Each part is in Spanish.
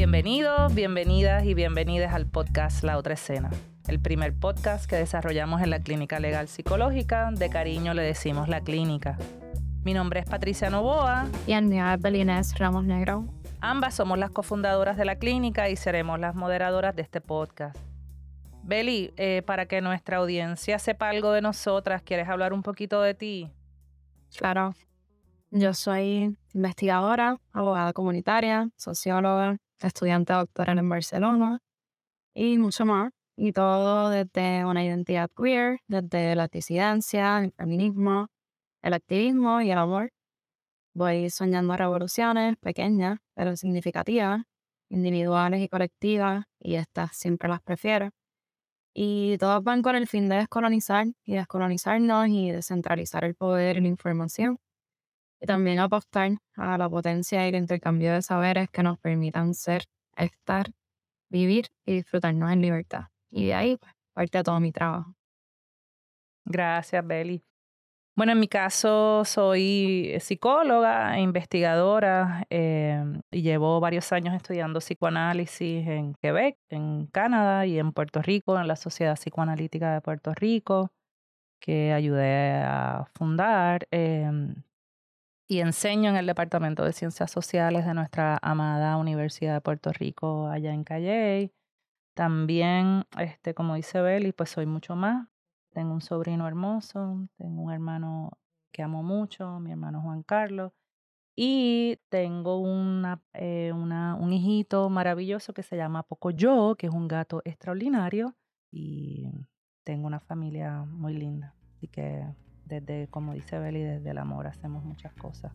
Bienvenidos, bienvenidas y bienvenidas al podcast La Otra Escena, el primer podcast que desarrollamos en la Clínica Legal Psicológica. De cariño le decimos La Clínica. Mi nombre es Patricia Novoa. Y el mío es Belines Ramos Negro. Ambas somos las cofundadoras de la clínica y seremos las moderadoras de este podcast. Beli, para que nuestra audiencia sepa algo de nosotras, ¿quieres hablar un poquito de ti? Claro. Yo soy investigadora, abogada comunitaria, socióloga, estudiante doctora en Barcelona y mucho más. Y todo desde una identidad queer, desde la disidencia, el feminismo, el activismo y el amor. Voy soñando revoluciones pequeñas, pero significativas, individuales y colectivas, y estas siempre las prefiero. Y todas van con el fin de descolonizar y descolonizarnos y descentralizar el poder y la información. Y también apostar a la potencia y el intercambio de saberes que nos permitan ser, estar, vivir y disfrutarnos en libertad. Y de ahí parte todo mi trabajo. Gracias, Beli. Bueno, en mi caso soy psicóloga e investigadora y llevo varios años estudiando psicoanálisis en Quebec, en Canadá y en Puerto Rico, en la Sociedad Psicoanalítica de Puerto Rico, que ayudé a fundar. Y enseño en el Departamento de Ciencias Sociales de nuestra amada Universidad de Puerto Rico allá en Calley. También, como dice Beli, pues soy mucho más. Tengo un sobrino hermoso, tengo un hermano que amo mucho, mi hermano Juan Carlos, y tengo un hijito maravilloso que se llama Pocoyo, que es un gato extraordinario, y tengo una familia muy linda. Así que desde, como dice Beli, desde el amor hacemos muchas cosas.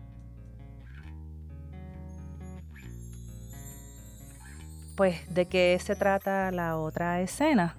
Pues, ¿de qué se trata La Otra Escena?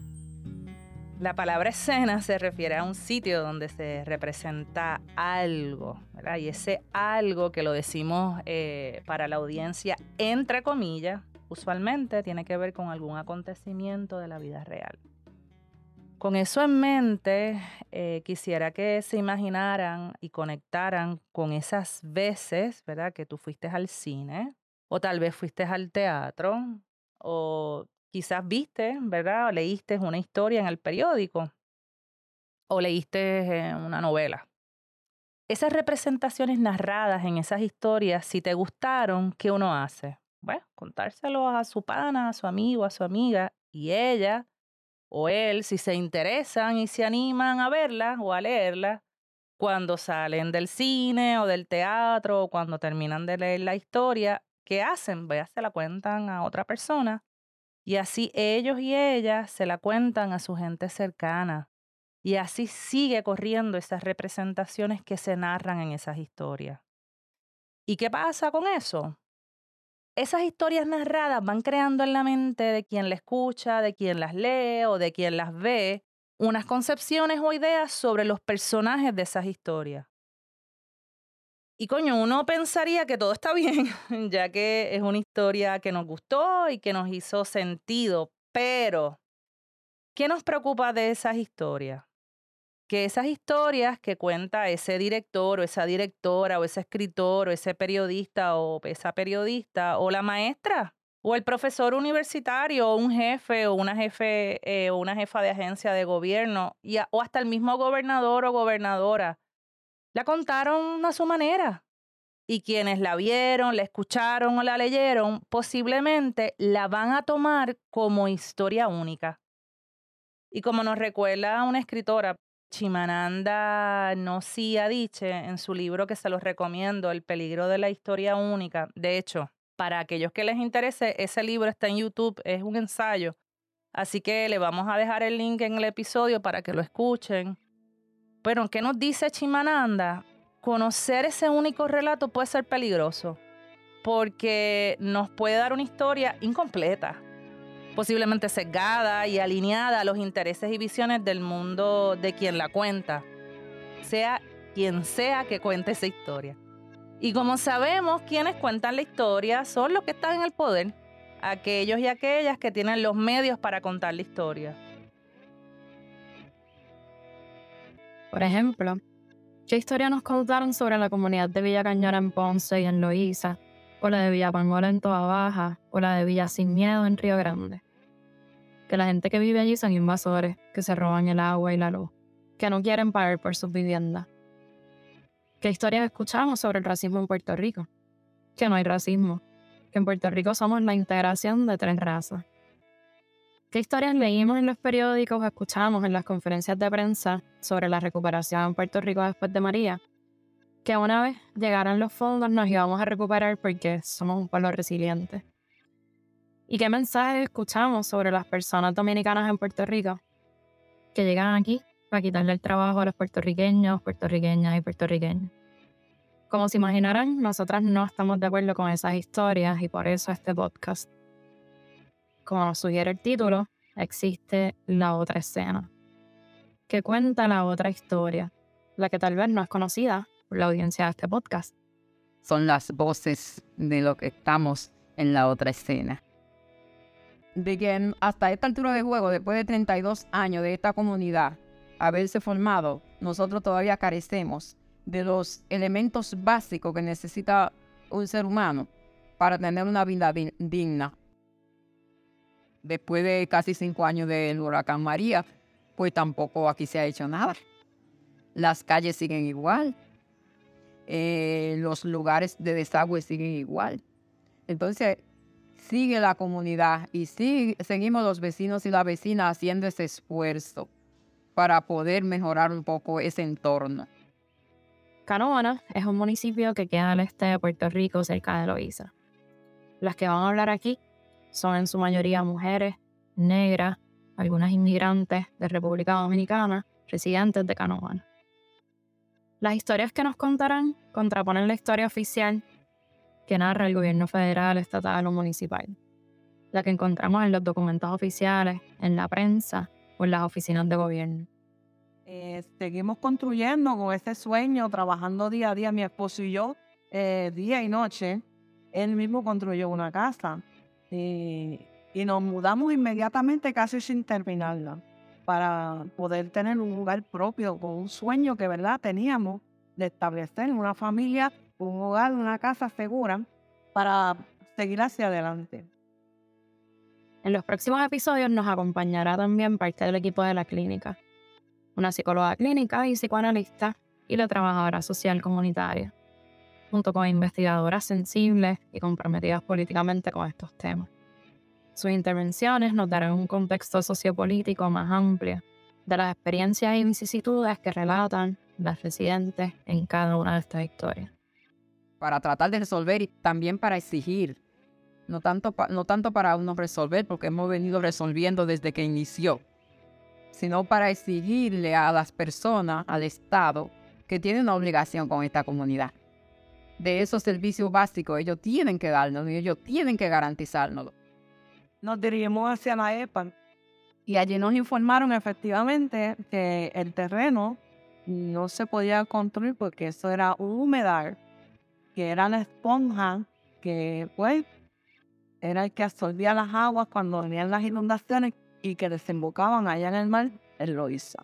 La palabra escena se refiere a un sitio donde se representa algo, ¿verdad? Y ese algo que lo decimos para la audiencia, entre comillas, usualmente tiene que ver con algún acontecimiento de la vida real. Con eso en mente, quisiera que se imaginaran y conectaran con esas veces, ¿verdad?, que tú fuiste al cine, o tal vez fuiste al teatro, o quizás viste, ¿verdad?, o leíste una historia en el periódico, o leíste una novela. Esas representaciones narradas en esas historias, si te gustaron, ¿qué uno hace? Bueno, contárselo a su pana, a su amigo, a su amiga, y ella o él, si se interesan y se animan a verla o a leerla, cuando salen del cine o del teatro o cuando terminan de leer la historia, ¿qué hacen? Se la cuentan a otra persona y así ellos y ellas se la cuentan a su gente cercana. Y así sigue corriendo esas representaciones que se narran en esas historias. ¿Y qué pasa con eso? Esas historias narradas van creando en la mente de quien la escucha, de quien las lee o de quien las ve, unas concepciones o ideas sobre los personajes de esas historias. Y coño, uno pensaría que todo está bien, ya que es una historia que nos gustó y que nos hizo sentido, pero ¿qué nos preocupa de esas historias? Que esas historias que cuenta ese director o esa directora o ese escritor o ese periodista o esa periodista o la maestra o el profesor universitario o un jefe o una jefa de agencia de gobierno o hasta el mismo gobernador o gobernadora la contaron a su manera. Y quienes la vieron, la escucharon o la leyeron, posiblemente la van a tomar como historia única. Y como nos recuerda una escritora, Chimamanda Ngozi Adichie, en su libro que se los recomiendo, El peligro de la historia única. De hecho, para aquellos que les interese, ese libro está en YouTube, es un ensayo. Así que le vamos a dejar el link en el episodio para que lo escuchen. Pero, ¿qué nos dice Chimamanda? Conocer ese único relato puede ser peligroso, porque nos puede dar una historia incompleta, posiblemente sesgada y alineada a los intereses y visiones del mundo de quien la cuenta, sea quien sea que cuente esa historia. Y como sabemos, quienes cuentan la historia son los que están en el poder, aquellos y aquellas que tienen los medios para contar la historia. Por ejemplo, ¿qué historia nos contaron sobre la comunidad de Villa Cañona en Ponce y en Loíza? o la de Villa Pangola en Toa Baja, o la de Villa Sin Miedo en Río Grande. Que la gente que vive allí son invasores, que se roban el agua y la luz, que no quieren pagar por sus viviendas. ¿Qué historias escuchamos sobre el racismo en Puerto Rico? Que no hay racismo, que en Puerto Rico somos la integración de 3 razas. ¿Qué historias leímos en los periódicos o escuchamos en las conferencias de prensa sobre la recuperación en Puerto Rico después de María? Que una vez llegaran los fondos nos íbamos a recuperar porque somos un pueblo resiliente. ¿Y qué mensajes escuchamos sobre las personas dominicanas en Puerto Rico? Que llegan aquí para quitarle el trabajo a los puertorriqueños, puertorriqueñas y puertorriqueños. Como se imaginarán, nosotras no estamos de acuerdo con esas historias y por eso este podcast. Como nos sugiere el título, existe la otra escena, que cuenta la otra historia, la que tal vez no es conocida por la audiencia de este podcast. Son las voces de lo que estamos en la otra escena. De que hasta esta altura de juego, después de 32 años de esta comunidad haberse formado, nosotros todavía carecemos de los elementos básicos que necesita un ser humano para tener una vida digna. Después de casi 5 años del huracán María, pues tampoco aquí se ha hecho nada. Las calles siguen igual. Los lugares de desagüe siguen igual. Entonces, sigue la comunidad y seguimos los vecinos y las vecinas haciendo ese esfuerzo para poder mejorar un poco ese entorno. Canóvana es un municipio que queda al este de Puerto Rico, cerca de Loíza. Las que van a hablar aquí son en su mayoría mujeres, negras, algunas inmigrantes de República Dominicana, residentes de Canóvana. Las historias que nos contarán contraponen la historia oficial que narra el gobierno federal, estatal o municipal, la que encontramos en los documentos oficiales, en la prensa o en las oficinas de gobierno. Seguimos construyendo con ese sueño, trabajando día a día, mi esposo y yo, día y noche. Él mismo construyó una casa y nos mudamos inmediatamente casi sin terminarla para poder tener un lugar propio con un sueño que, ¿verdad?, teníamos de establecer una familia, un hogar, una casa segura para seguir hacia adelante. En los próximos episodios nos acompañará también parte del equipo de la clínica, una psicóloga clínica y psicoanalista y la trabajadora social comunitaria, junto con investigadoras sensibles y comprometidas políticamente con estos temas. Sus intervenciones nos darán un contexto sociopolítico más amplio de las experiencias y vicisitudes que relatan las residentes en cada una de estas historias. Para tratar de resolver y también para exigir, no tanto para uno resolver, porque hemos venido resolviendo desde que inició, sino para exigirle a las personas, al Estado, que tienen una obligación con esta comunidad. De esos servicios básicos, ellos tienen que darnos y ellos tienen que garantizárnoslo. Nos dirigimos hacia la EPA y allí nos informaron efectivamente que el terreno no se podía construir porque eso era un humedal, que era la esponja que pues era el que absorbía las aguas cuando venían las inundaciones y que desembocaban allá en el mar en Loíza.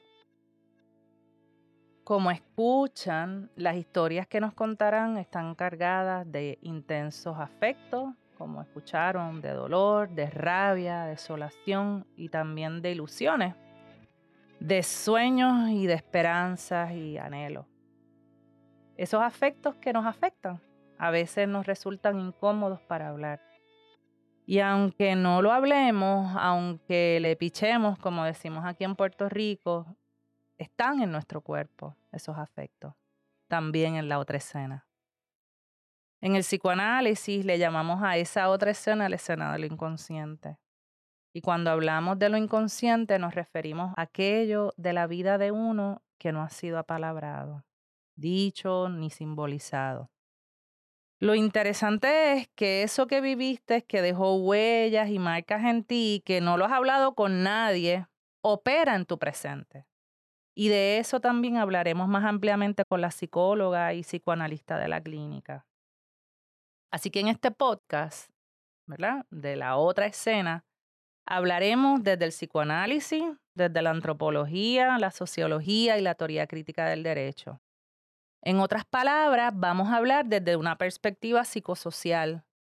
Como escuchan, las historias que nos contarán están cargadas de intensos afectos, como escucharon, de dolor, de rabia, desolación y también de ilusiones, de sueños y de esperanzas y anhelos. Esos afectos que nos afectan a veces nos resultan incómodos para hablar. Y aunque no lo hablemos, aunque le pichemos, como decimos aquí en Puerto Rico, están en nuestro cuerpo esos afectos, también en la otra escena. En el psicoanálisis le llamamos a esa otra escena la escena del inconsciente. Y cuando hablamos de lo inconsciente nos referimos a aquello de la vida de uno que no ha sido apalabrado, dicho ni simbolizado. Lo interesante es que eso que viviste, que dejó huellas y marcas en ti, que no lo has hablado con nadie, opera en tu presente. Y de eso también hablaremos más ampliamente con la psicóloga y psicoanalista de la clínica. Así que en este podcast, ¿verdad?, de la otra escena, hablaremos desde el psicoanálisis, desde la antropología, la sociología y la teoría crítica del derecho. En otras palabras, vamos a hablar desde una perspectiva psicosocial,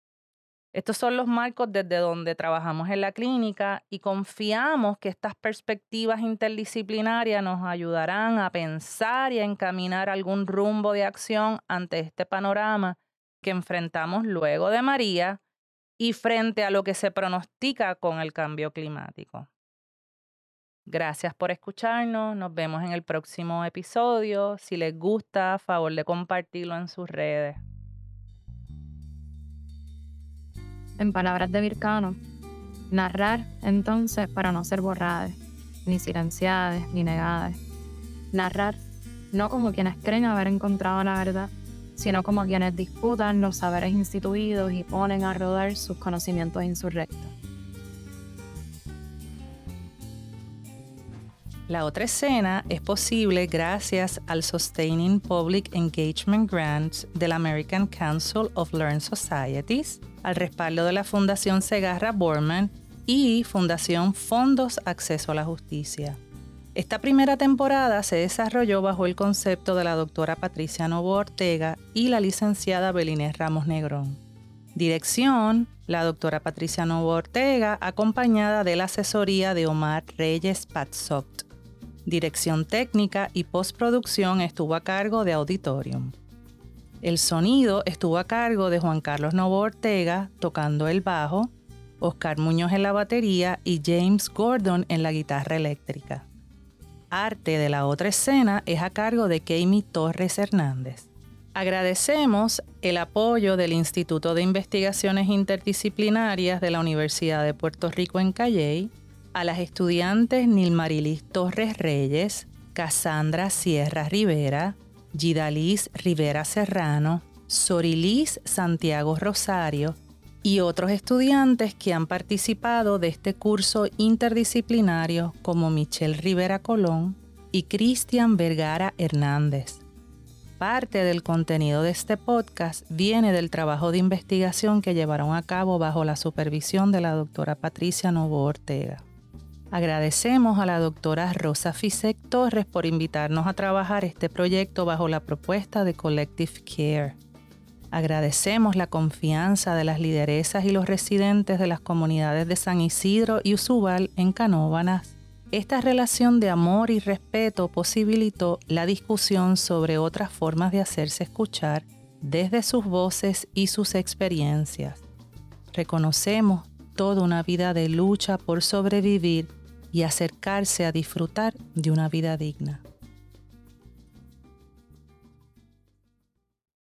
Estos son los marcos desde donde trabajamos en la clínica y confiamos que estas perspectivas interdisciplinarias nos ayudarán a pensar y a encaminar algún rumbo de acción ante este panorama que enfrentamos luego de María y frente a lo que se pronostica con el cambio climático. Gracias por escucharnos. Nos vemos en el próximo episodio. Si les gusta, a favor de compartirlo en sus redes. En palabras de Vircano, narrar entonces para no ser borradas, ni silenciadas, ni negadas. Narrar no como quienes creen haber encontrado la verdad, sino como quienes disputan los saberes instituidos y ponen a rodar sus conocimientos insurrectos. La otra escena es posible gracias al Sustaining Public Engagement Grants del American Council of Learned Societies, al respaldo de la Fundación Segarra-Borman y Fundación Fondos Acceso a la Justicia. Esta primera temporada se desarrolló bajo el concepto de la doctora Patricia Novo Ortega y la licenciada Belinés Ramos Negrón. Dirección, la doctora Patricia Novo Ortega, acompañada de la asesoría de Omar Reyes Patsoct. Dirección técnica y postproducción estuvo a cargo de Auditorium. El sonido estuvo a cargo de Juan Carlos Novo Ortega, tocando el bajo, Oscar Muñoz en la batería y James Gordon en la guitarra eléctrica. Arte de la otra escena es a cargo de Keimi Torres Hernández. Agradecemos el apoyo del Instituto de Investigaciones Interdisciplinarias de la Universidad de Puerto Rico en Calley, a las estudiantes Nilmarilis Torres Reyes, Cassandra Sierra Rivera, Gidalis Rivera Serrano, Sorilis Santiago Rosario y otros estudiantes que han participado de este curso interdisciplinario como Michelle Rivera Colón y Cristian Vergara Hernández. Parte del contenido de este podcast viene del trabajo de investigación que llevaron a cabo bajo la supervisión de la doctora Patricia Novo Ortega. Agradecemos a la doctora Rosa Fisek Torres por invitarnos a trabajar este proyecto bajo la propuesta de Collective Care. Agradecemos la confianza de las lideresas y los residentes de las comunidades de San Isidro y Usubal en Canóvanas. Esta relación de amor y respeto posibilitó la discusión sobre otras formas de hacerse escuchar desde sus voces y sus experiencias. Reconocemos toda una vida de lucha por sobrevivir y acercarse a disfrutar de una vida digna.